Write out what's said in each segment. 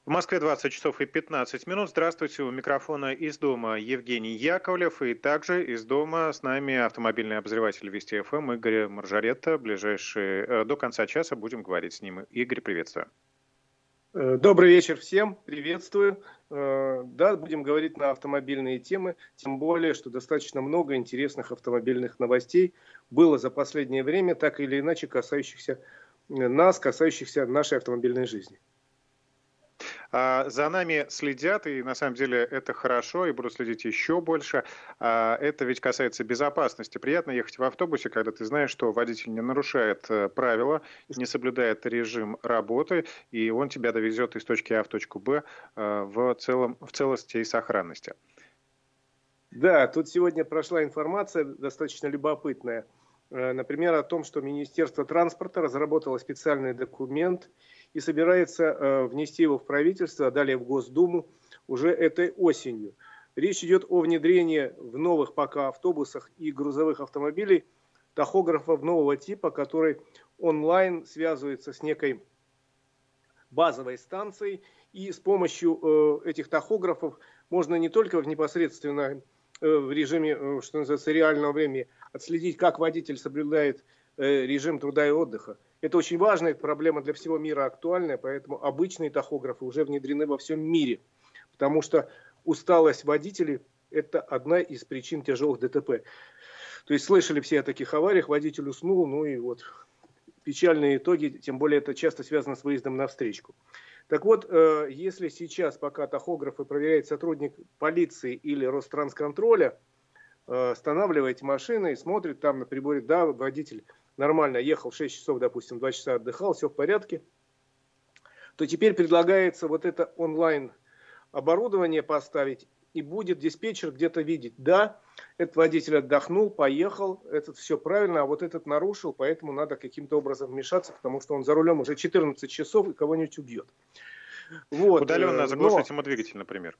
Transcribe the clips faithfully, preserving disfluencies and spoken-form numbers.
В Москве двадцать часов и пятнадцать минут. Здравствуйте, у микрофона из дома Евгений Яковлев, и также из дома с нами автомобильный обозреватель Вести ФМ Игорь Маржаретта. Ближайшие э, до конца часа будем говорить с ним. Игорь, приветствую. Добрый вечер всем, приветствую. Да, будем говорить на автомобильные темы, тем более, что достаточно много интересных автомобильных новостей было за последнее время, так или иначе касающихся нас, касающихся нашей автомобильной жизни. За нами следят, и на самом деле это хорошо, и будут следить еще больше. Это ведь касается безопасности. Приятно ехать в автобусе, когда ты знаешь, что водитель не нарушает правила, не соблюдает режим работы, и он тебя довезет из точки А в точку Б в, целом, в целости и сохранности. Да, тут сегодня прошла информация достаточно любопытная. Например, о том, что Министерство транспорта разработало специальный документ и собирается э, внести его в правительство, а далее в Госдуму уже этой осенью. Речь идет о внедрении в новых пока автобусах и грузовых автомобилей тахографов нового типа, который онлайн связывается с некой базовой станцией, и с помощью э, этих тахографов можно не только в непосредственно э, в режиме, э, что называется, реального времени отследить, как водитель соблюдает э, режим труда и отдыха. Это очень важная проблема для всего мира, актуальная, поэтому обычные тахографы уже внедрены во всем мире. Потому что усталость водителей – это одна из причин тяжелых ДТП. То есть слышали все о таких авариях, водитель уснул, ну и вот печальные итоги, тем более это часто связано с выездом на встречку. Так вот, если сейчас, пока тахографы проверяет сотрудник полиции или Ространсконтроля, останавливаете машины и смотрит там на приборе, да, водитель нормально ехал шесть часов, допустим, два часа отдыхал, все в порядке, то теперь предлагается вот это онлайн оборудование поставить, и будет диспетчер где-то видеть, да, этот водитель отдохнул, поехал, этот все правильно, а вот этот нарушил, поэтому надо каким-то образом вмешаться, потому что он за рулем уже четырнадцать часов и кого-нибудь убьет. Вот. Удаленно заглушить ему двигатель, например.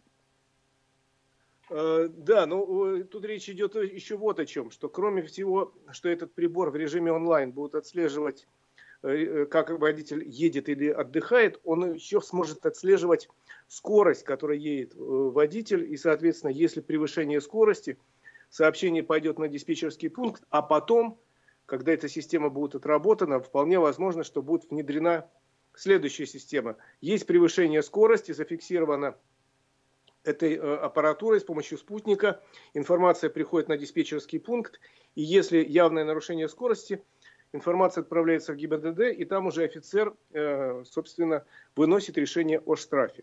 Да, но тут речь идет еще вот о чем, что кроме всего, что этот прибор в режиме онлайн будет отслеживать, как водитель едет или отдыхает, он еще сможет отслеживать скорость, которой едет водитель, и, соответственно, если превышение скорости, сообщение пойдет на диспетчерский пункт, а потом, когда эта система будет отработана, вполне возможно, что будет внедрена следующая система. Есть превышение скорости, зафиксировано этой аппаратурой с помощью спутника, информация приходит на диспетчерский пункт, и если явное нарушение скорости, информация отправляется в ГИБДД, и там уже офицер, собственно, выносит решение о штрафе.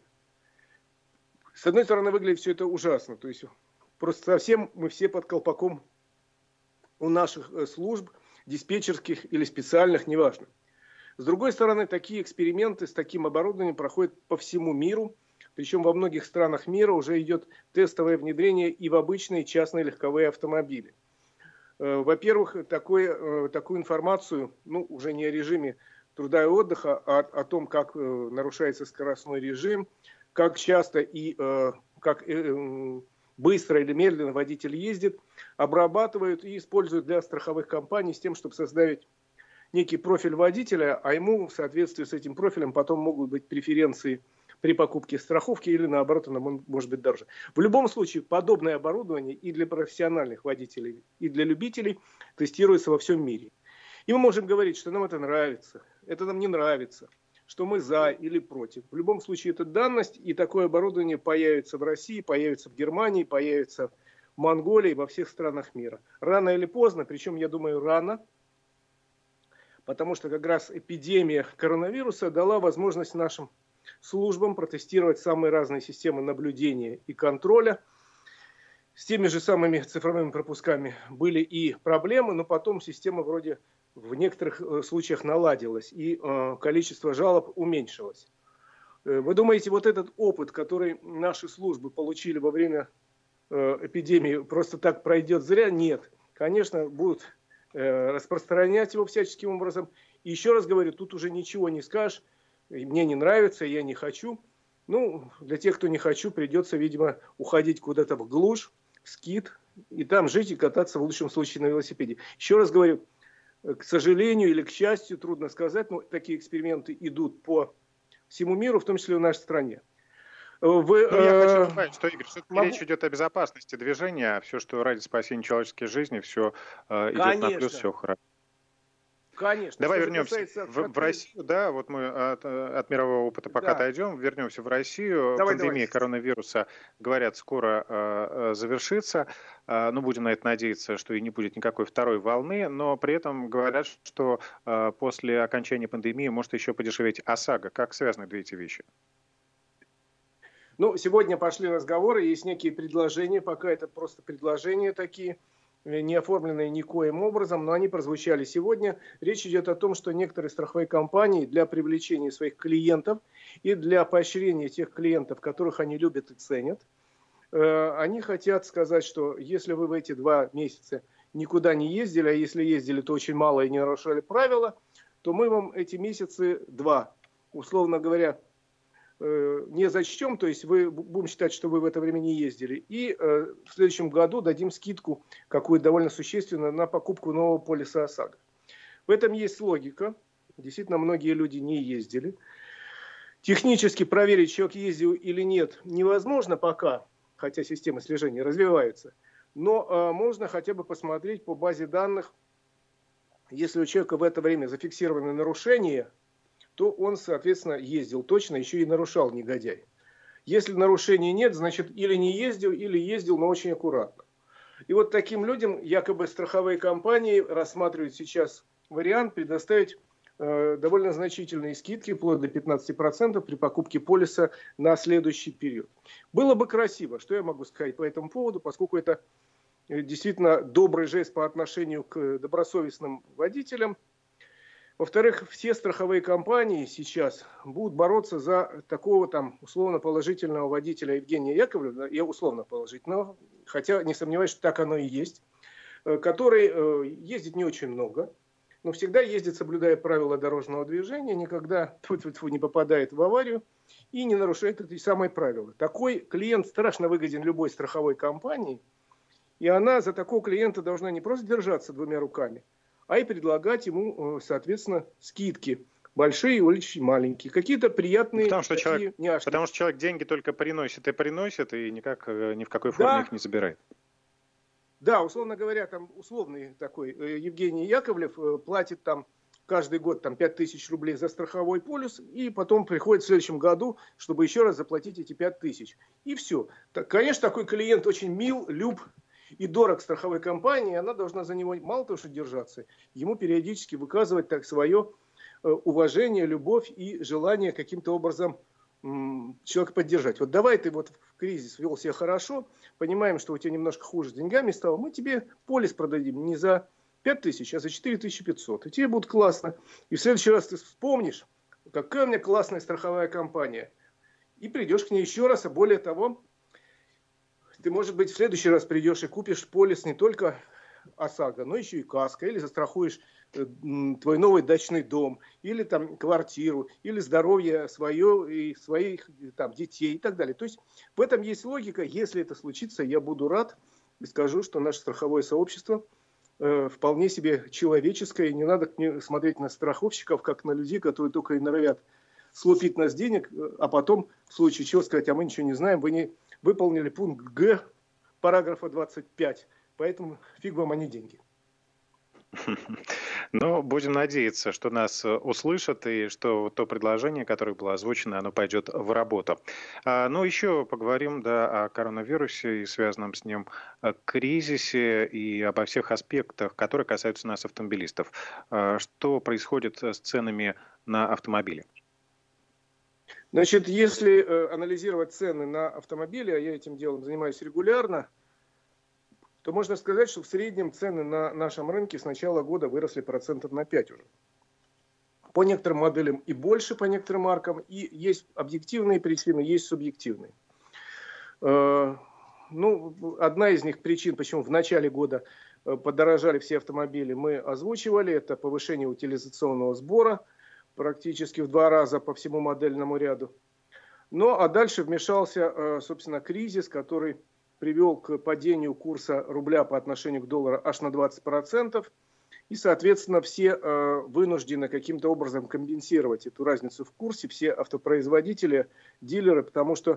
С одной стороны, выглядит все это ужасно, то есть просто совсем мы все под колпаком у наших служб, диспетчерских или специальных, неважно. С другой стороны, такие эксперименты с таким оборудованием проходят по всему миру. Причем во многих странах мира уже идет тестовое внедрение и в обычные частные легковые автомобили. Во-первых, такую информацию, ну, уже не о режиме труда и отдыха, а о том, как нарушается скоростной режим, как часто и как быстро или медленно водитель ездит, обрабатывают и используют для страховых компаний с тем, чтобы создать некий профиль водителя, а ему в соответствии с этим профилем потом могут быть преференции при покупке страховки или наоборот она может быть дороже. В любом случае подобное оборудование и для профессиональных водителей, и для любителей тестируется во всем мире. И мы можем говорить, что нам это нравится, это нам не нравится, что мы за или против. В любом случае это данность, и такое оборудование появится в России, появится в Германии, появится в Монголии, во всех странах мира. Рано или поздно, причем я думаю рано, потому что как раз эпидемия коронавируса дала возможность нашим службам протестировать самые разные системы наблюдения и контроля. С теми же самыми цифровыми пропусками были и проблемы, но потом система вроде в некоторых случаях наладилась, и э, количество жалоб уменьшилось. Вы думаете, вот этот опыт, который наши службы получили во время э, эпидемии, просто так пройдет зря? Нет. Конечно, будут э, распространять его всяческим образом. И еще раз говорю, тут уже ничего не скажешь. Мне не нравится, я не хочу. Ну, для тех, кто не хочу, придется, видимо, уходить куда-то в глушь, в скит, и там жить и кататься в лучшем случае на велосипеде. Еще раз говорю, к сожалению или к счастью, трудно сказать, но такие эксперименты идут по всему миру, в том числе и в нашей стране. Вы, Ну, я хочу э, добавить, что, Игорь, все-таки могу... речь идет о безопасности движения, а все, что ради спасения человеческой жизни, все э, идет на плюс, Конечно, все хорошо. конечно. Давай Что же вернемся касается в, в отель... Россию, да, вот мы от, от мирового опыта пока Да, отойдем, вернемся в Россию. давай, давай. Пандемия коронавируса, говорят, скоро э, завершится. Э, ну, будем на это надеяться, что и не будет никакой второй волны, но при этом говорят, что э, после окончания пандемии может еще подешеветь ОСАГО. Как связаны две эти вещи? Ну, сегодня пошли разговоры, есть некие предложения, пока это просто предложения такие, не оформленные никоим образом, но они прозвучали сегодня. Речь идет о том, что некоторые страховые компании для привлечения своих клиентов и для поощрения тех клиентов, которых они любят и ценят, они хотят сказать, что если вы в эти два месяца никуда не ездили, а если ездили, то очень мало и не нарушали правила, то мы вам эти месяцы два, условно говоря, не зачтем, то есть вы будем считать, что вы в это время не ездили. И э, в следующем году дадим скидку какую-то довольно существенную на покупку нового полиса ОСАГО. В этом есть логика. Действительно, многие люди не ездили. Технически проверить, человек ездил или нет, невозможно пока, хотя системы слежения развиваются. Но э, можно хотя бы посмотреть по базе данных, если у человека в это время зафиксированы нарушения, то он, соответственно, ездил точно, еще и нарушал, негодяй. Если нарушений нет, значит, или не ездил, или ездил, но очень аккуратно. И вот таким людям якобы страховые компании рассматривают сейчас вариант предоставить э, довольно значительные скидки, вплоть до пятнадцати процентов при покупке полиса на следующий период. Было бы красиво, что я могу сказать по этому поводу, поскольку это действительно добрый жест по отношению к добросовестным водителям. Во-вторых, все страховые компании сейчас будут бороться за такого там условно положительного водителя Евгения Яковлева, я условно положительного, хотя не сомневаюсь, что так оно и есть, который ездит не очень много, но всегда ездит, соблюдая правила дорожного движения, никогда тьфу-тьфу-тьфу, не попадает в аварию и не нарушает эти самые правила. Такой клиент страшно выгоден любой страховой компании, и она за такого клиента должна не просто держаться двумя руками, а и предлагать ему, соответственно, скидки. Большие и очень маленькие. Какие-то приятные Потому что, такие человек, няшки. потому что человек деньги только приносит и приносит, и никак, ни в какой форме Да. их не забирает. Да, условно говоря, там условный такой Евгений Яковлев платит там каждый год там, пять тысяч рублей за страховой полис, и потом приходит в следующем году, чтобы еще раз заплатить эти пять тысяч. И все. Так, конечно, такой клиент очень мил, люб и дорог страховой компании, она должна за него мало того, что держаться, ему периодически выказывать так свое уважение, любовь и желание каким-то образом м, человека поддержать. Вот давай ты вот в кризис вел себя хорошо, понимаем, что у тебя немножко хуже с деньгами стало, мы тебе полис продадим не за пять тысяч, а за четыре тысячи пятьсот. И тебе будет классно. И в следующий раз ты вспомнишь, какая у меня классная страховая компания. И придешь к ней еще раз, а более того, ты, может быть, в следующий раз придешь и купишь полис не только ОСАГО, но еще и КАСКО, или застрахуешь твой новый дачный дом, или там квартиру, или здоровье свое и своих там детей и так далее. То есть в этом есть логика. Если это случится, я буду рад и скажу, что наше страховое сообщество э, вполне себе человеческое, и не надо смотреть на страховщиков, как на людей, которые только и норовят слупить нас денег, а потом в случае чего сказать, а мы ничего не знаем, вы не выполнили пункт Г параграфа двадцать пять, поэтому фиг вам, а не деньги. Но будем надеяться, что нас услышат и что то предложение, которое было озвучено, оно пойдет в работу. А, ну, еще поговорим да, о коронавирусе и связанном с ним кризисе и обо всех аспектах, которые касаются нас, автомобилистов. А, что происходит с ценами на автомобили? Значит, если э, анализировать цены на автомобили, а я этим делом занимаюсь регулярно, то можно сказать, что в среднем цены на нашем рынке с начала года выросли процентов на пять уже. По некоторым моделям и больше, по некоторым маркам. И есть объективные причины, есть субъективные. Э, ну, одна из них причин, почему в начале года подорожали все автомобили, мы озвучивали. Это повышение утилизационного сбора практически в два раза по всему модельному ряду. Ну, а дальше вмешался, собственно, кризис, который привел к падению курса рубля по отношению к доллару аж на двадцать процентов. И, соответственно, все вынуждены каким-то образом компенсировать эту разницу в курсе, все автопроизводители, дилеры, потому что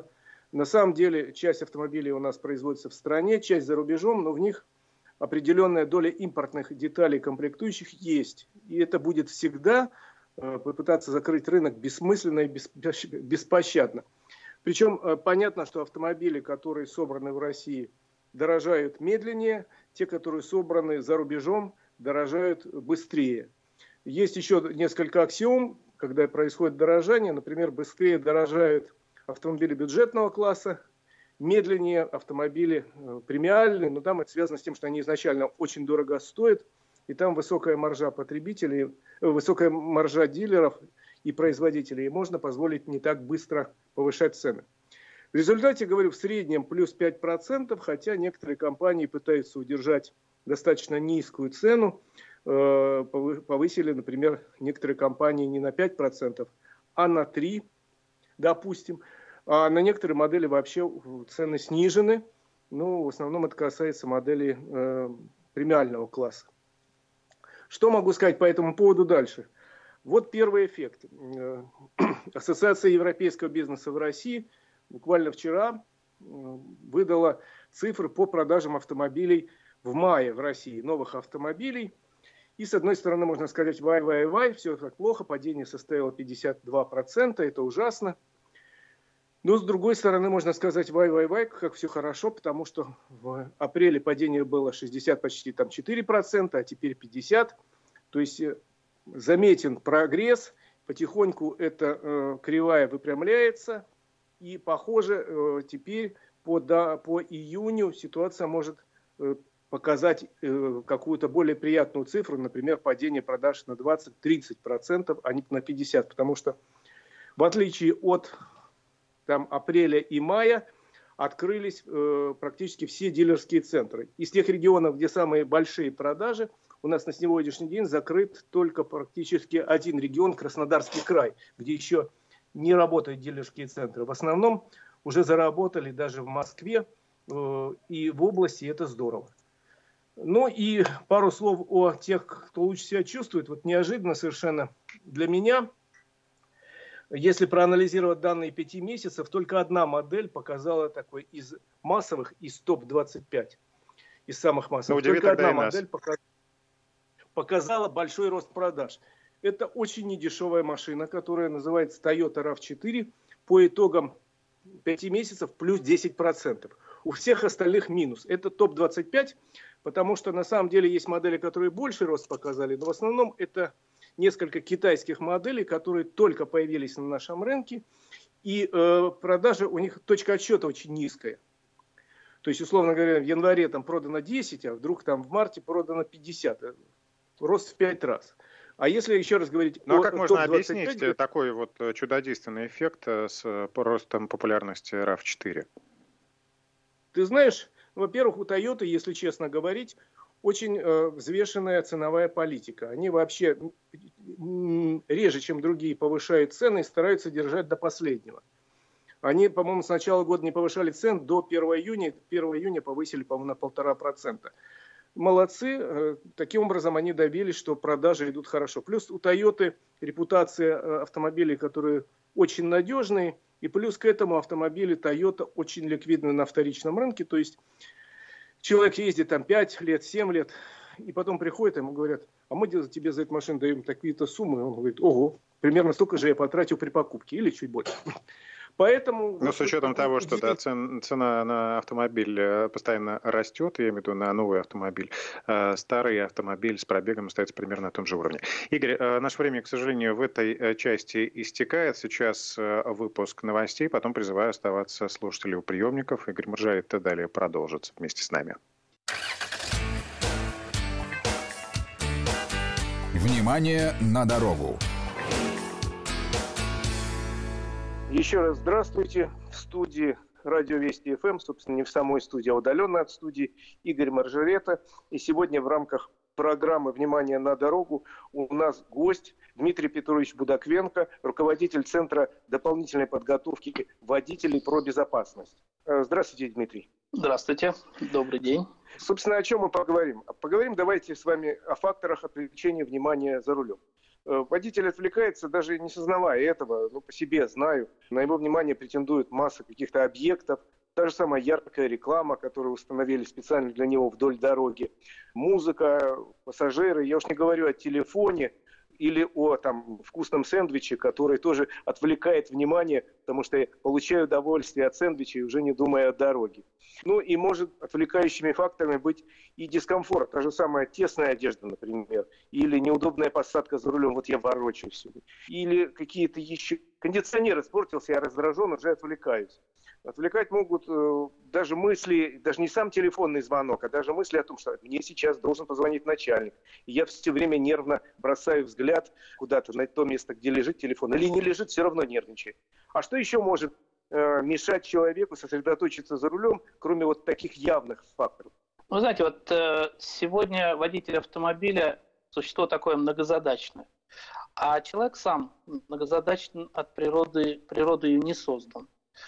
На самом деле часть автомобилей у нас производится в стране, часть за рубежом, но в них определенная доля импортных деталей комплектующих есть. И это будет всегда попытаться закрыть рынок бессмысленно и беспощадно. Причем понятно, что автомобили, которые собраны в России, дорожают медленнее, те, которые собраны за рубежом, дорожают быстрее. Есть еще несколько аксиом, когда происходит дорожание. Например, быстрее дорожают автомобили бюджетного класса, медленнее автомобили премиальные, но там это связано с тем, что они изначально очень дорого стоят, и там высокая маржа потребителей, высокая маржа дилеров и производителей, и можно позволить не так быстро повышать цены. В результате, говорю, в среднем плюс пять процентов, хотя некоторые компании пытаются удержать достаточно низкую цену, повысили, например, некоторые компании не на пять процентов, а на три процента, допустим. А на некоторые модели вообще цены снижены. Ну, в основном это касается моделей э, премиального класса. Что могу сказать по этому поводу дальше? Вот первый эффект. Ассоциация европейского бизнеса в России буквально вчера выдала цифры по продажам автомобилей в мае в России, новых автомобилей. И с одной стороны можно сказать, вай-вай-вай, все так плохо, падение составило пятьдесят два процента, это ужасно. Но с другой стороны можно сказать, вай-вай-вай, как все хорошо, потому что в апреле падение было шестьдесят, почти там четыре процента, а теперь пятьдесят процентов. То есть заметен прогресс, потихоньку эта э, кривая выпрямляется. И похоже, э, теперь по, да, по июню ситуация может э, показать э, какую-то более приятную цифру, например, падение продаж на двадцать-тридцать процентов, а не на пятьдесят процентов. Потому что в отличие от там, апреля и мая открылись э, практически все дилерские центры. Из тех регионов, где самые большие продажи, у нас на сегодняшний день закрыт только практически один регион, Краснодарский край, где еще не работают дилерские центры. В основном уже заработали даже в Москве э, и в области, это здорово. Ну и пару слов о тех, кто лучше себя чувствует. Вот неожиданно совершенно для меня, если проанализировать данные пяти месяцев, только одна модель показала такой из массовых, из топ двадцать пять, из самых массовых. Ну, только одна модель показала, показала большой рост продаж. Это очень недешевая машина, которая называется Toyota рав четыре. По итогам пяти месяцев плюс десять процентов. У всех остальных минус. Это топ двадцать пять, потому что на самом деле есть модели, которые больше рост показали, но в основном это несколько китайских моделей, которые только появились на нашем рынке, и э, продажа у них, точка отсчета очень низкая. То есть, условно говоря, в январе там продано десять, а вдруг там в марте продано пятьдесят. Рост в пять раз. А если еще раз говорить ну, о а как можно топ двадцать пять, объяснить такой вот чудодейственный эффект с ростом популярности рав четыре? Ты знаешь, во-первых, у Toyota, если честно говорить, очень э, взвешенная ценовая политика. Они вообще реже, чем другие, повышают цены и стараются держать до последнего. Они, по-моему, с начала года не повышали цен до первого июня. первого июня повысили, по-моему, на полтора процента. Молодцы. Таким образом, они добились, что продажи идут хорошо. Плюс у Toyota репутация автомобилей, которые очень надежные. И плюс к этому автомобили Toyota очень ликвидны на вторичном рынке. То есть человек ездит там пять лет, семь лет, и потом приходит, ему говорят, а мы тебе за эту машину даем такие-то суммы. Он говорит, ого, примерно столько же я потратил при покупке, или чуть больше. Поэтому... Но с учетом того, что да, цена на автомобиль постоянно растет, я имею в виду на новый автомобиль, старый автомобиль с пробегом остается примерно на том же уровне. Игорь, наше время, к сожалению, в этой части истекает. Сейчас выпуск новостей, потом призываю оставаться слушателей у приемников. Игорь Маржарет далее продолжит вместе с нами. Внимание на дорогу! Еще раз здравствуйте. В студии Радио Вести эф эм, собственно, не в самой студии, а удаленно от студии, Игорь Маржарета. И сегодня в рамках программы «Внимание на дорогу» у нас гость Дмитрий Петрович Будаквенко, руководитель Центра дополнительной подготовки водителей про безопасность. Здравствуйте, Дмитрий. Здравствуйте. Добрый день. Собственно, о чем мы поговорим? Поговорим давайте с вами о факторах отвлечения внимания за рулем. Водитель отвлекается, даже не сознавая этого, ну, по себе знаю. На его внимание претендует масса каких-то объектов. Та же самая яркая реклама, которую установили специально для него вдоль дороги. Музыка, пассажиры. Я уж не говорю о телефоне или о там, вкусном сэндвиче, который тоже отвлекает внимание, потому что я получаю удовольствие от сэндвича, уже не думая о дороге. Ну и может отвлекающими факторами быть и дискомфорт. Та же самая тесная одежда, например, или неудобная посадка за рулем, вот я ворочаюсь. Или какие-то еще... Кондиционер испортился, я раздражен, уже отвлекаюсь. Отвлекать могут э, даже мысли, даже не сам телефонный звонок, а даже мысли о том, что мне сейчас должен позвонить начальник. И я все время нервно бросаю взгляд куда-то на то место, где лежит телефон. Или не лежит, все равно нервничаю. А что еще может э, мешать человеку сосредоточиться за рулем, кроме вот таких явных факторов? Вы знаете, вот э, сегодня водитель автомобиля – существо такое многозадачное. А человек сам многозадачен от природы, природой не создан.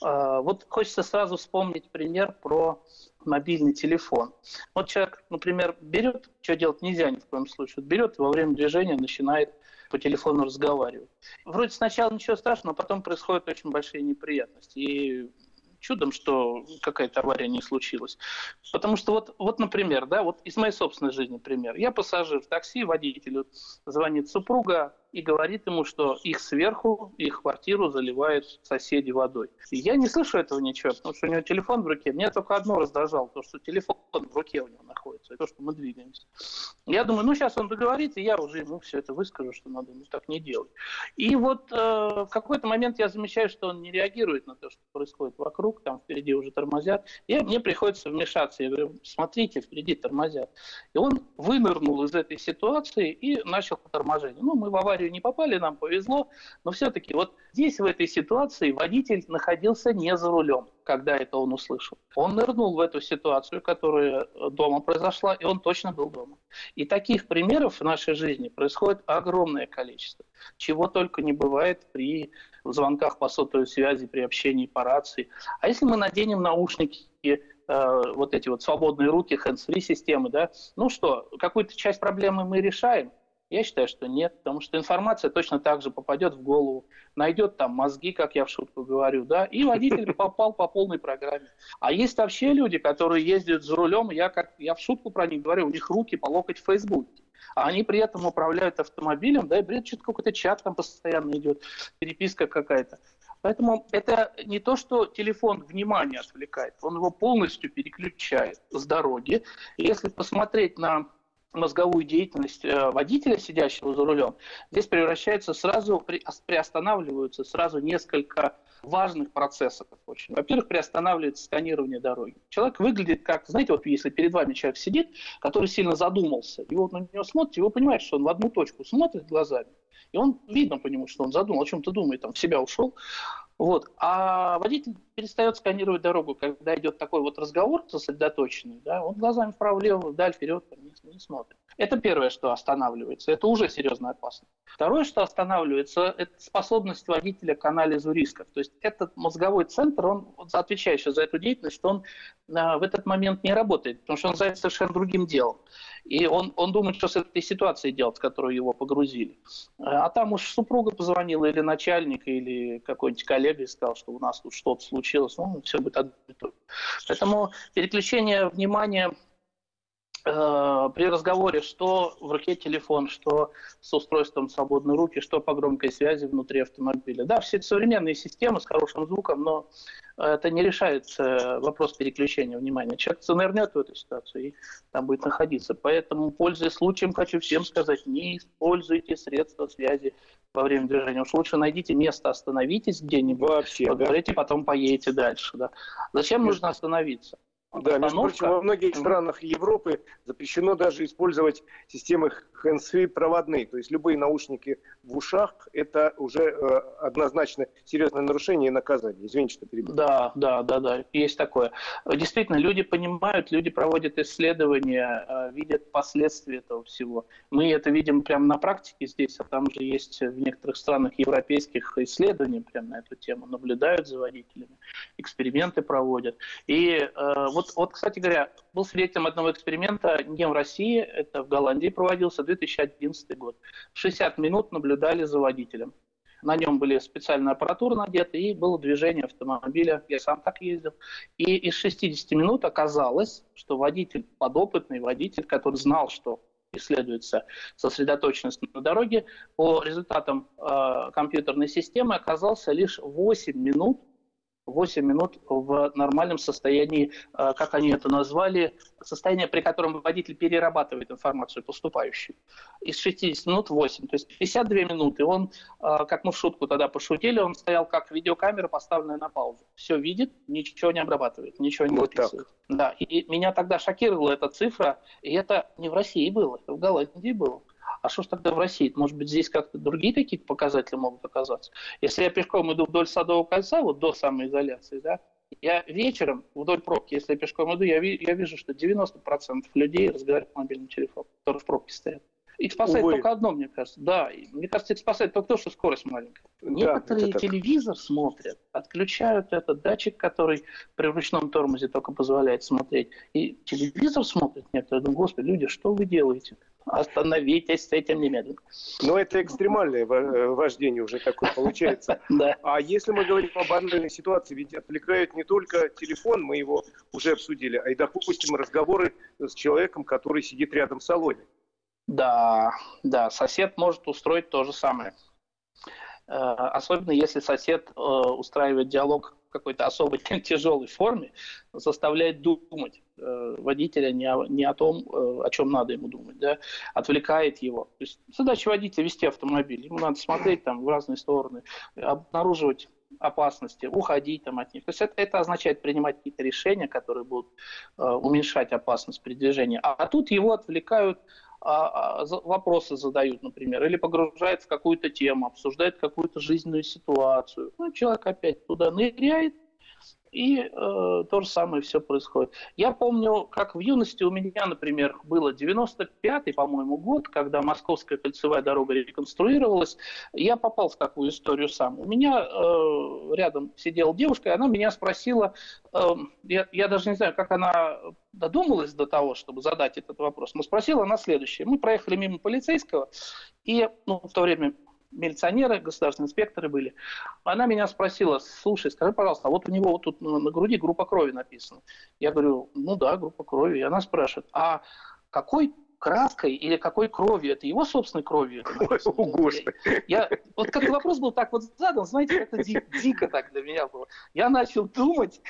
Вот хочется сразу вспомнить пример про мобильный телефон. Вот человек, например, берет, что делать нельзя ни в коем случае, берет и во время движения начинает по телефону разговаривать. Вроде сначала ничего страшного, но потом происходят очень большие неприятности. И чудом, что какая-то авария не случилась. Потому что вот, вот, например, да, вот из моей собственной жизни пример. Я пассажир в такси, водителю звонит супруга и говорит ему, что их сверху, их квартиру заливают соседи водой. И я не слышу этого ничего, потому что у него телефон в руке. Меня только одно раздражало, то, что телефон в руке у него находится, и то, что мы двигаемся. Я думаю, ну сейчас он договорит, и я уже ему все это выскажу, что надо ему так не делать. И вот э, в какой-то момент я замечаю, что он не реагирует на то, что происходит вокруг, там впереди уже тормозят. И мне приходится вмешаться. Я говорю, смотрите, впереди тормозят. И он вынырнул из этой ситуации и начал торможение. Ну, мы в аварию не попали, нам повезло, но все-таки вот здесь, в этой ситуации, водитель находился не за рулем, когда это он услышал. Он нырнул в эту ситуацию, которая дома произошла, и он точно был дома. И таких примеров в нашей жизни происходит огромное количество. Чего только не бывает при звонках по сотовой связи, при общении по рации. А если мы наденем наушники, э, вот эти вот свободные руки, хэндс-фри системы, да, ну что, какую-то часть проблемы мы решаем? Я считаю, что нет, потому что информация точно так же попадет в голову, найдет там мозги, как я в шутку говорю, да, и водитель попал по полной программе. А есть вообще люди, которые ездят за рулем, я, как, я в шутку про них говорю, у них руки по локоть в Фейсбуке. А они при этом управляют автомобилем, да, и бред, что-то какой-то чат там постоянно идет, переписка какая-то. Поэтому это не то, что телефон внимание отвлекает, он его полностью переключает с дороги. И если посмотреть на мозговую деятельность водителя, сидящего за рулем, здесь превращается сразу, приостанавливаются сразу несколько важных процессов. Очень. Во-первых, приостанавливается сканирование дороги. Человек выглядит как, знаете, вот если перед вами человек сидит, который сильно задумался, и вот на него смотрите, вы понимаете, что он в одну точку смотрит глазами, и он, видно по нему, что он задумал, о чем-то думает, там, в себя ушел. Вот. А водитель перестает сканировать дорогу, когда идет такой вот разговор сосредоточенный, да, он глазами вправо-влево, вдаль, вперед не, не смотрит. Это первое, что останавливается. Это уже серьезно опасно. Второе, что останавливается, это способность водителя к анализу рисков. То есть этот мозговой центр, он, отвечающий за эту деятельность, он а, в этот момент не работает, потому что он занят совершенно другим делом. И он, он думает, что с этой ситуацией делать, в которую его погрузили. А там уж супруга позвонила, или начальник, или какой-нибудь коллега и сказал, что у нас тут что-то случилось. Ну, все будет одно и то же. Поэтому переключение внимания э, при разговоре, что в руке телефон, что с устройством свободной руки, что по громкой связи внутри автомобиля. Да, все это современные системы с хорошим звуком, но это не решает вопрос переключения внимания. Человек занырнет в эту ситуацию и там будет находиться. Поэтому, пользуясь случаем, хочу всем сказать, не используйте средства связи во время движения. Уж лучше найдите место, остановитесь где-нибудь, вообще, поговорите, да? Потом поедете дальше. Да. Зачем нужно остановиться? Да, между прочим, во многих странах Европы запрещено даже использовать системы хэндс-фри проводные. То есть любые наушники в ушах – это уже э, однозначно серьезное нарушение и наказание. Извините, что перебил. Да, да, да, да, есть такое. Действительно, люди понимают, люди проводят исследования, э, видят последствия этого всего. Мы это видим прямо на практике здесь, а там же есть в некоторых странах европейских исследований прямо на эту тему. Наблюдают за водителями, эксперименты проводят. И э, вот вот, вот, кстати говоря, был свидетелем одного эксперимента не в России, это в Голландии проводился, две тысячи одиннадцатый год. шестьдесят минут наблюдали за водителем. На нем были специальная аппаратура надета, и было движение автомобиля. Я сам так ездил. И из шестидесяти минут оказалось, что водитель, подопытный водитель, который знал, что исследуется сосредоточенность на дороге, по результатам э, компьютерной системы оказался лишь восемь минут, восемь минут в нормальном состоянии, э, как они это назвали, состояние, при котором водитель перерабатывает информацию поступающую. Из шестидесяти минут восемь, то есть пятьдесят две минуты. Он, э, как мы в шутку тогда пошутили, он стоял как видеокамера, поставленная на паузу. Все видит, ничего не обрабатывает, ничего не вот записывает. Да, и меня тогда шокировала эта цифра, и это не в России было, это в Голландии было. А что ж тогда в России? Может быть, здесь как-то другие какие-то показатели могут оказаться? Если я пешком иду вдоль Садового кольца, вот до самоизоляции, да, я вечером вдоль пробки, если я пешком иду, я, ви- я вижу, что девяносто процентов людей разговаривают по мобильному телефону, которые в пробке стоят. Их спасает Увы. только одно, мне кажется. Да, и мне кажется, их спасает только то, что скорость маленькая. Да, Некоторые это так. телевизор смотрят, отключают этот датчик, который при ручном тормозе только позволяет смотреть. И телевизор смотрят некоторые. Думаю, господи, люди, что вы делаете? Остановитесь с этим немедленно. Но это экстремальное во- вождение уже такое получается. Да. А если мы говорим о банальной ситуации, ведь отвлекает не только телефон, мы его уже обсудили, а и, допустим, разговоры с человеком, который сидит рядом в салоне. Да, да, сосед может устроить то же самое. Э, Особенно если сосед э, устраивает диалог в какой-то особой тяжелой форме, заставляет думать э, водителя не о, не о том, э, о чем надо ему думать, да, отвлекает его. То есть задача водителя вести автомобиль. Ему надо смотреть там в разные стороны, обнаруживать опасности, уходить там от них. То есть это, это означает принимать какие-то решения, которые будут э, уменьшать опасность при движении. А, а тут его отвлекают, а, а, за- вопросы задают, например, или погружают в какую-то тему, обсуждают какую-то жизненную ситуацию. Ну, человек опять туда ныряет, и э, то же самое все происходит. Я помню, как в юности у меня, например, было девяносто пятый, по-моему, год, когда Московская кольцевая дорога реконструировалась. Я попал в такую историю сам. У меня э, рядом сидела девушка, и она меня спросила, э, я, я даже не знаю, как она додумалась до того, чтобы задать этот вопрос, но спросила она следующее. Мы проехали мимо полицейского, и ну, в то время милиционеры, государственные инспекторы были. Она меня спросила, слушай, скажи, пожалуйста, а вот у него вот тут на, на груди группа крови написана. Я говорю, ну да, группа крови. И она спрашивает, а какой краской или какой кровью? Это его собственной кровью? Это написано? О, Господи. Я, вот как вопрос был так вот задан, знаете, это ди- дико так для меня было. Я начал думать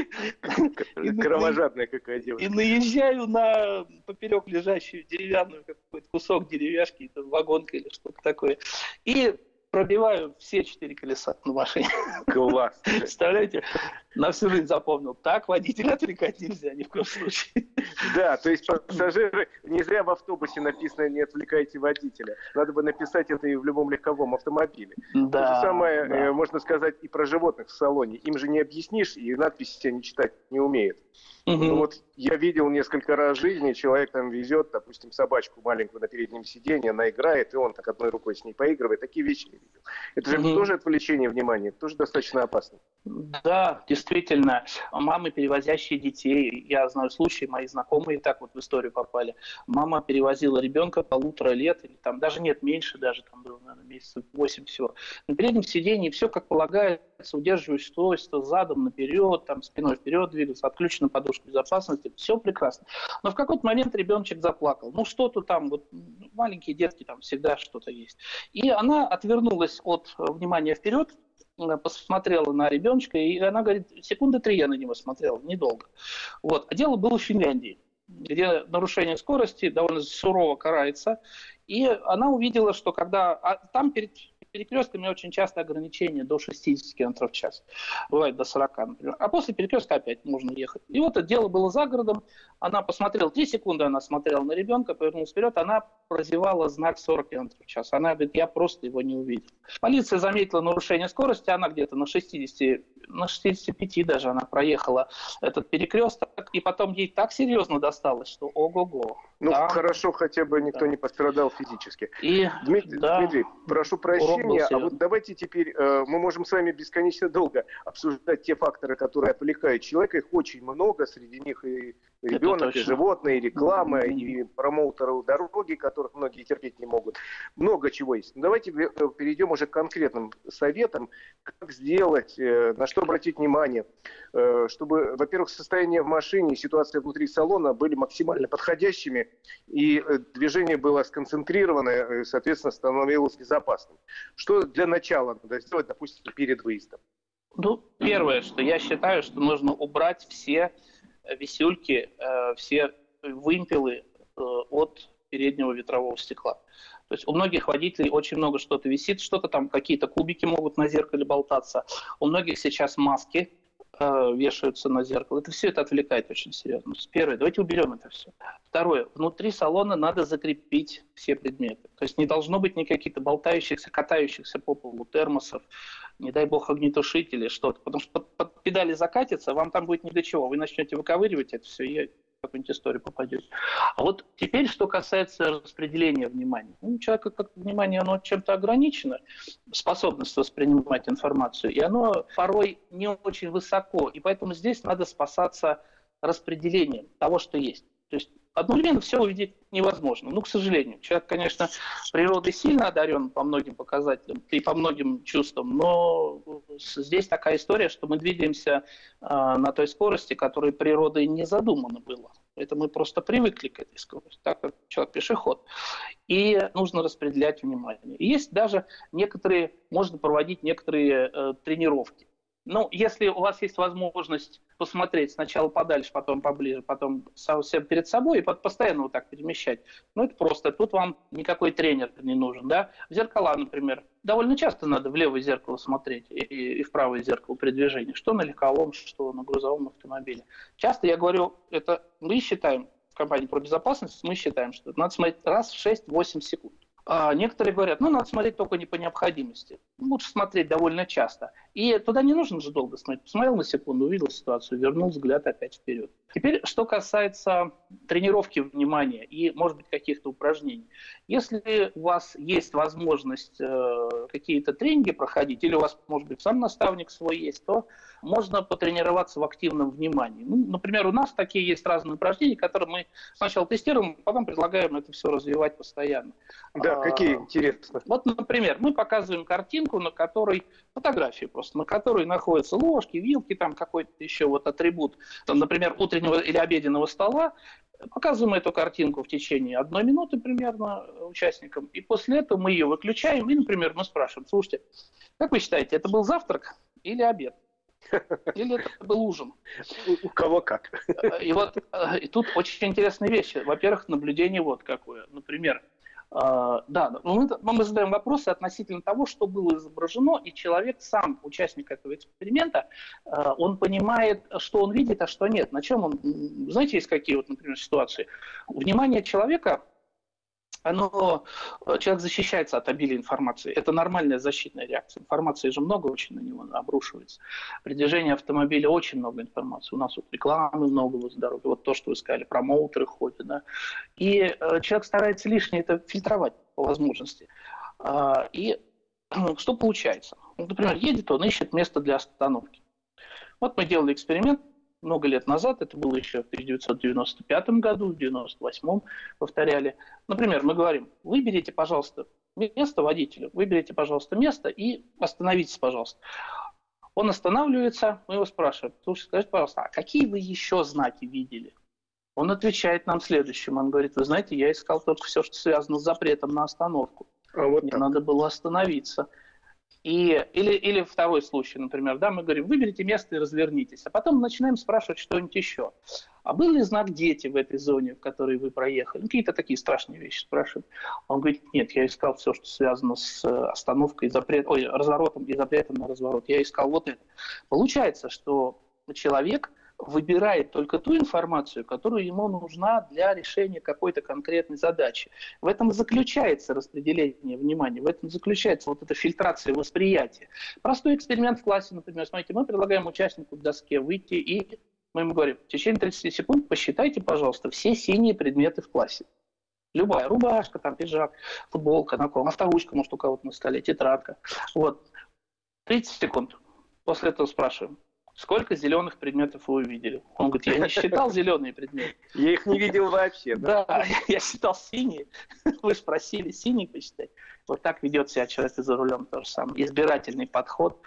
и на- Кровожадная какая девушка. и наезжаю на поперек лежащую деревянную какой-то кусок деревяшки, это вагонка или что-то такое, и пробиваю все четыре колеса на машине. Класс. Представляете? На всю жизнь запомнил. Так водителя отвлекать нельзя ни в коем случае. Да, то есть пассажиры, не зря в автобусе написано «не отвлекайте водителя». Надо бы написать это и в любом легковом автомобиле. Да, То же самое, да. э, можно сказать, и про животных в салоне. Им же не объяснишь, и надписи они читать не умеют. Мгм. Ну, вот я видел несколько раз в жизни, человек там везет, допустим, собачку маленькую на переднем сиденье, она играет, и он так одной рукой с ней поигрывает. Такие вещи я видел. Это же Мгм. тоже отвлечение внимания, это тоже достаточно опасно. Да, действительно, мамы, перевозящие детей, я знаю случаи, мои знакомые так вот в историю попали. Мама перевозила ребенка полутора лет, или там даже нет, меньше даже, там было, наверное, месяцев восемь всего. На переднем сиденье все как полагается, удерживаешь скорость, задом наперед, там спиной вперед двигаться, отключена подушка безопасности, все прекрасно. Но в какой-то момент ребеночек заплакал. Ну что-то там, вот маленькие детки, там всегда что-то есть. И она отвернулась от э, внимания вперед, э, посмотрела на ребеночка, и она говорит, секунды три я на него смотрела, недолго. Вот. А дело было в Финляндии, где нарушение скорости довольно сурово карается. И она увидела, что когда... А там перед перекрестками очень часто ограничения до шестидесяти километров в час. Бывает до сорока, например. А после перекрестка опять можно ехать. И вот это дело было за городом. Она посмотрела, три секунды она смотрела на ребенка, повернулась вперед, она прозевала знак сорок километров в час. Она говорит, я просто его не увидел. Полиция заметила нарушение скорости, она где-то на шестидесяти, на шестидесяти пяти даже она проехала этот перекресток, и потом ей так серьезно досталось, что ого-го. Ну, там, хорошо, хотя бы никто да. не пострадал физически. И, Дмитрий, да, Дмитрий, прошу прощения, а вот серьезный. давайте теперь, э, мы можем с вами бесконечно долго обсуждать те факторы, которые отвлекают человека. Их очень много, среди них и ребенок, и животные, и реклама, mm-hmm. и промоутеры дороги, которых многие терпеть не могут. Много чего есть. Но давайте перейдем уже к конкретным советам, как сделать, э, на что обратить внимание, э, чтобы, во-первых, состояние в машине и ситуация внутри салона были максимально подходящими, и движение было сконцентрированное, и, соответственно, становилось безопасным. Что для начала надо сделать, допустим, перед выездом? Ну, первое, что я считаю, что нужно убрать все висюльки, все вымпелы от переднего ветрового стекла. То есть у многих водителей очень много что-то висит, что-то там, какие-то кубики могут на зеркале болтаться. У многих сейчас маски вешаются на зеркало. Это все это отвлекает очень серьезно. Первое, давайте уберем это все. Второе, внутри салона надо закрепить все предметы. То есть не должно быть никаких болтающихся, катающихся по полу термосов, не дай бог огнетушители, что-то. Потому что под, под педали закатится, вам там будет ни до чего. Вы начнете выковыривать это все, и в какую-нибудь историю попадете. А вот теперь, что касается распределения внимания. Ну, у человека как внимание, оно чем-то ограничено, способность воспринимать информацию, и оно порой не очень высоко. И поэтому здесь надо спасаться распределением того, что есть. То есть одновременно все увидеть невозможно. Ну, к сожалению. Человек, конечно, природой сильно одарен по многим показателям и по многим чувствам, но здесь такая история, что мы двигаемся э, на той скорости, которой природой не задумано было. Это мы просто привыкли к этой скорости, так как человек пешеход. И нужно распределять внимание. И есть даже некоторые, можно проводить некоторые э, тренировки. Ну, если у вас есть возможность посмотреть сначала подальше, потом поближе, потом совсем перед собой, и постоянно вот так перемещать, ну, это просто. Тут вам никакой тренер не нужен, да. В зеркала, например, довольно часто надо в левое зеркало смотреть и, и в правое зеркало при движении, что на легковом, что на грузовом автомобиле. Часто я говорю, это мы считаем, в компании про безопасность, мы считаем, что надо смотреть раз в шесть-восемь секунд. А некоторые говорят, ну, надо смотреть только не по необходимости. Лучше смотреть довольно часто. И туда не нужно же долго смотреть. Посмотрел на секунду, увидел ситуацию, вернул взгляд опять вперед. Теперь, что касается тренировки внимания и, может быть, каких-то упражнений. Если у вас есть возможность э, какие-то тренинги проходить, или у вас, может быть, сам наставник свой есть, то можно потренироваться в активном внимании. Ну, например, у нас такие есть разные упражнения, которые мы сначала тестируем, потом предлагаем это все развивать постоянно. Да, какие интересно. Вот, например, мы показываем картинку, на которой, фотографии просто, на которой находятся ложки, вилки, там какой-то еще вот атрибут, там, например, утреннего или обеденного стола. Показываем эту картинку в течение одной минуты примерно участникам, и после этого мы ее выключаем, и, например, мы спрашиваем, слушайте, как вы считаете, это был завтрак или обед? Или это был ужин? У кого как. И вот и тут очень интересные вещи. Во-первых, наблюдение вот какое. Например, Uh, да, мы, мы задаем вопросы относительно того, что было изображено, и человек сам, участник этого эксперимента, uh, он понимает, что он видит, а что нет. На чем он, знаете, есть какие вот, например, ситуации? Внимание человека, оно, человек защищается от обилия информации. Это нормальная защитная реакция. Информации же много очень на него обрушивается. При движении автомобиля очень много информации. У нас вот рекламы много возле дороги. Вот то, что вы сказали, промоутеры ходят. Да? И э, человек старается лишнее это фильтровать по возможности. А, и что получается? Например, едет он, ищет место для остановки. Вот мы делали эксперимент много лет назад, это было еще в тысяча девятьсот девяносто пятом году, в девяносто восьмом повторяли. Например, мы говорим, выберите, пожалуйста, место водителю, выберите, пожалуйста, место и остановитесь, пожалуйста. Он останавливается, мы его спрашиваем, слушайте, скажите, пожалуйста, а какие вы еще знаки видели? Он отвечает нам следующим, он говорит, вы знаете, я искал только все, что связано с запретом на остановку. А вот Мне так. надо было остановиться. И, или, или второй случай, например, да, мы говорим, выберите место и развернитесь, а потом начинаем спрашивать что-нибудь еще. А был ли знак «дети» в этой зоне, в которой вы проехали? Ну, какие-то такие страшные вещи спрашивают. Он говорит, нет, я искал все, что связано с остановкой, запрет, ой, разворотом и запретом на разворот. Я искал вот это. Получается, что человек выбирает только ту информацию, которая ему нужна для решения какой-то конкретной задачи. В этом заключается распределение внимания, в этом заключается вот эта фильтрация восприятия. Простой эксперимент в классе, например, смотрите, мы предлагаем участнику к доске выйти и Мы ему говорим, в течение тридцати секунд посчитайте, пожалуйста, все синие предметы в классе. Любая, рубашка, там, пиджак, футболка, на ком, авторучка, может, у кого-то на столе, тетрадка. Вот. тридцать секунд. После этого спрашиваем, сколько зеленых предметов вы увидели? Он говорит, я не считал зеленые предметы. Я их не видел вообще. Да, да я считал синие. Вы же просили синие посчитать. Вот так ведет себя человек за рулем, то же самое. Избирательный подход,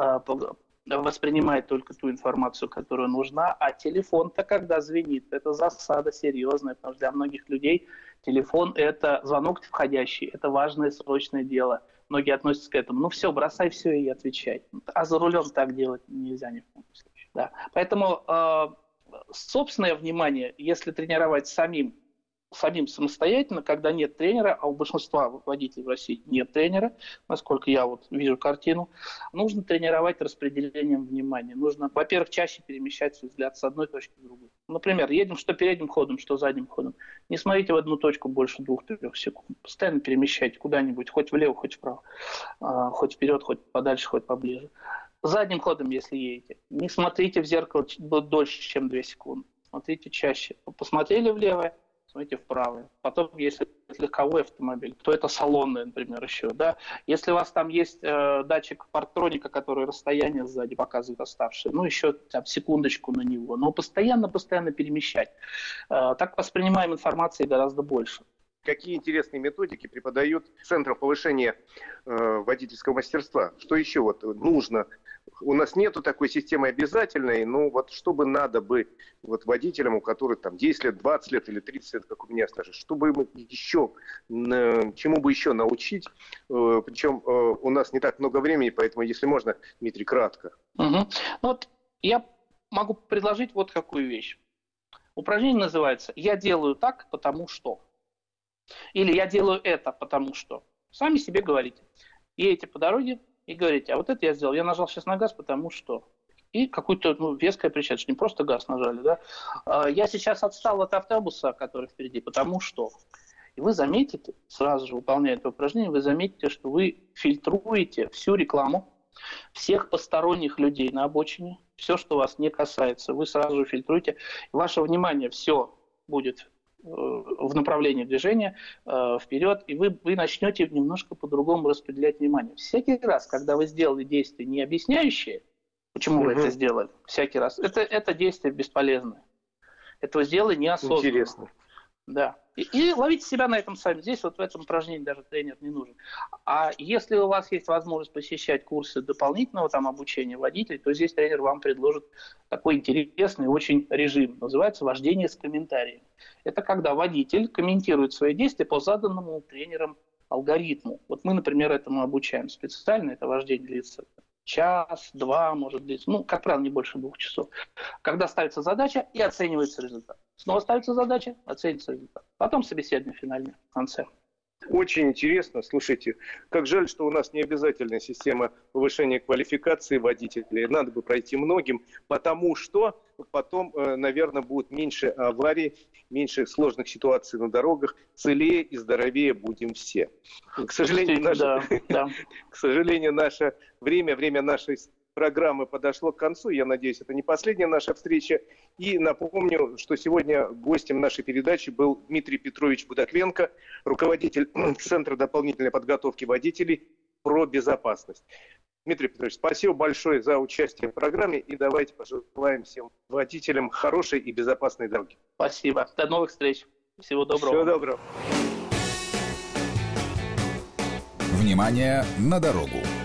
воспринимает только ту информацию, которая нужна, а телефон-то, когда звенит, это засада серьезная, потому что для многих людей телефон – это звонок входящий, это важное срочное дело. Многие относятся к этому. Ну все, бросай все и отвечай. А за рулем так делать нельзя ни в коем случае. Да. Поэтому э, собственное внимание, если тренировать самим, самим самостоятельно, когда нет тренера, а у большинства водителей в России нет тренера, насколько я вот вижу картину, нужно тренировать распределением внимания. Нужно, во-первых, чаще перемещать свой взгляд с одной точки в другую. Например, едем что передним ходом, что задним ходом. Не смотрите в одну точку больше двух-трех секунд. Постоянно перемещайте куда-нибудь, хоть влево, хоть вправо, хоть вперед, хоть подальше, хоть поближе. Задним ходом, если едете, не смотрите в зеркало дольше, чем две секунды. Смотрите чаще. Посмотрели влево, смотрите вправо. Потом, если это легковой автомобиль, то это салонный, например, еще. Да? Если у вас там есть э, датчик парктроника, который расстояние сзади показывает оставшее, ну еще там, секундочку на него. Но постоянно-постоянно перемещать. Э, так воспринимаем информации гораздо больше. Какие интересные методики преподают Центром повышения э, водительского мастерства? Что еще вот нужно? У нас нету такой системы обязательной, но вот что бы надо бы вот водителям, у которых там десять лет, двадцать лет или тридцать лет, как у меня, скажешь, чтобы им еще, э, чему бы еще научить? Э, причем э, у нас не так много времени, поэтому, если можно, Дмитрий, кратко. Угу. Ну вот я могу предложить вот какую вещь. Упражнение называется «Я делаю так, потому что». Или я делаю это, потому что. Сами себе говорите. Едете по дороге и говорите, а вот это я сделал. Я нажал сейчас на газ, потому что. И какую-то ну, веская причина, не просто газ нажали. Да? А, я сейчас отстал от автобуса, который впереди, потому что. И вы заметите, сразу же выполняя это упражнение, вы заметите, что вы фильтруете всю рекламу, всех посторонних людей на обочине, все, что вас не касается, вы сразу же фильтруете. Ваше внимание все будет в направлении движения э, вперед, и вы, вы начнете немножко по-другому распределять внимание. Всякий раз, когда вы сделали действие, не объясняющее, почему mm-hmm. вы это сделали, всякий раз, это, это действие бесполезное. Это вы сделали неосознанно. Интересно. Да. И, и ловите себя на этом сами. Здесь вот в этом упражнении даже тренер не нужен. А если у вас есть возможность посещать курсы дополнительного там, обучения водителей, то здесь тренер вам предложит такой интересный очень режим. Называется вождение с комментарием. Это когда водитель комментирует свои действия по заданному тренером алгоритму. Вот мы, например, этому обучаем специально. Это вождение длится час, два, может длиться. Ну, как правило, не больше двух часов. Когда ставится задача и оценивается результат. Снова ставится задача, оценивается результат. Потом собеседование финальное в конце. Очень интересно. Слушайте, как жаль, что у нас не обязательная система повышения квалификации водителей. Надо бы пройти многим, потому что потом, наверное, будет меньше аварий, меньше сложных ситуаций на дорогах, целее и здоровее будем все. К сожалению, наше, да, да. к сожалению, наше время, время нашей программы подошло к концу. Я надеюсь, это не последняя наша встреча. И напомню, что сегодня гостем нашей передачи был Дмитрий Петрович Будакленко, руководитель Центра дополнительной подготовки водителей про безопасность. Дмитрий Петрович, спасибо большое за участие в программе. И давайте пожелаем всем водителям хорошей и безопасной дороги. Спасибо. До новых встреч. Всего доброго. Всего доброго. Внимание на дорогу.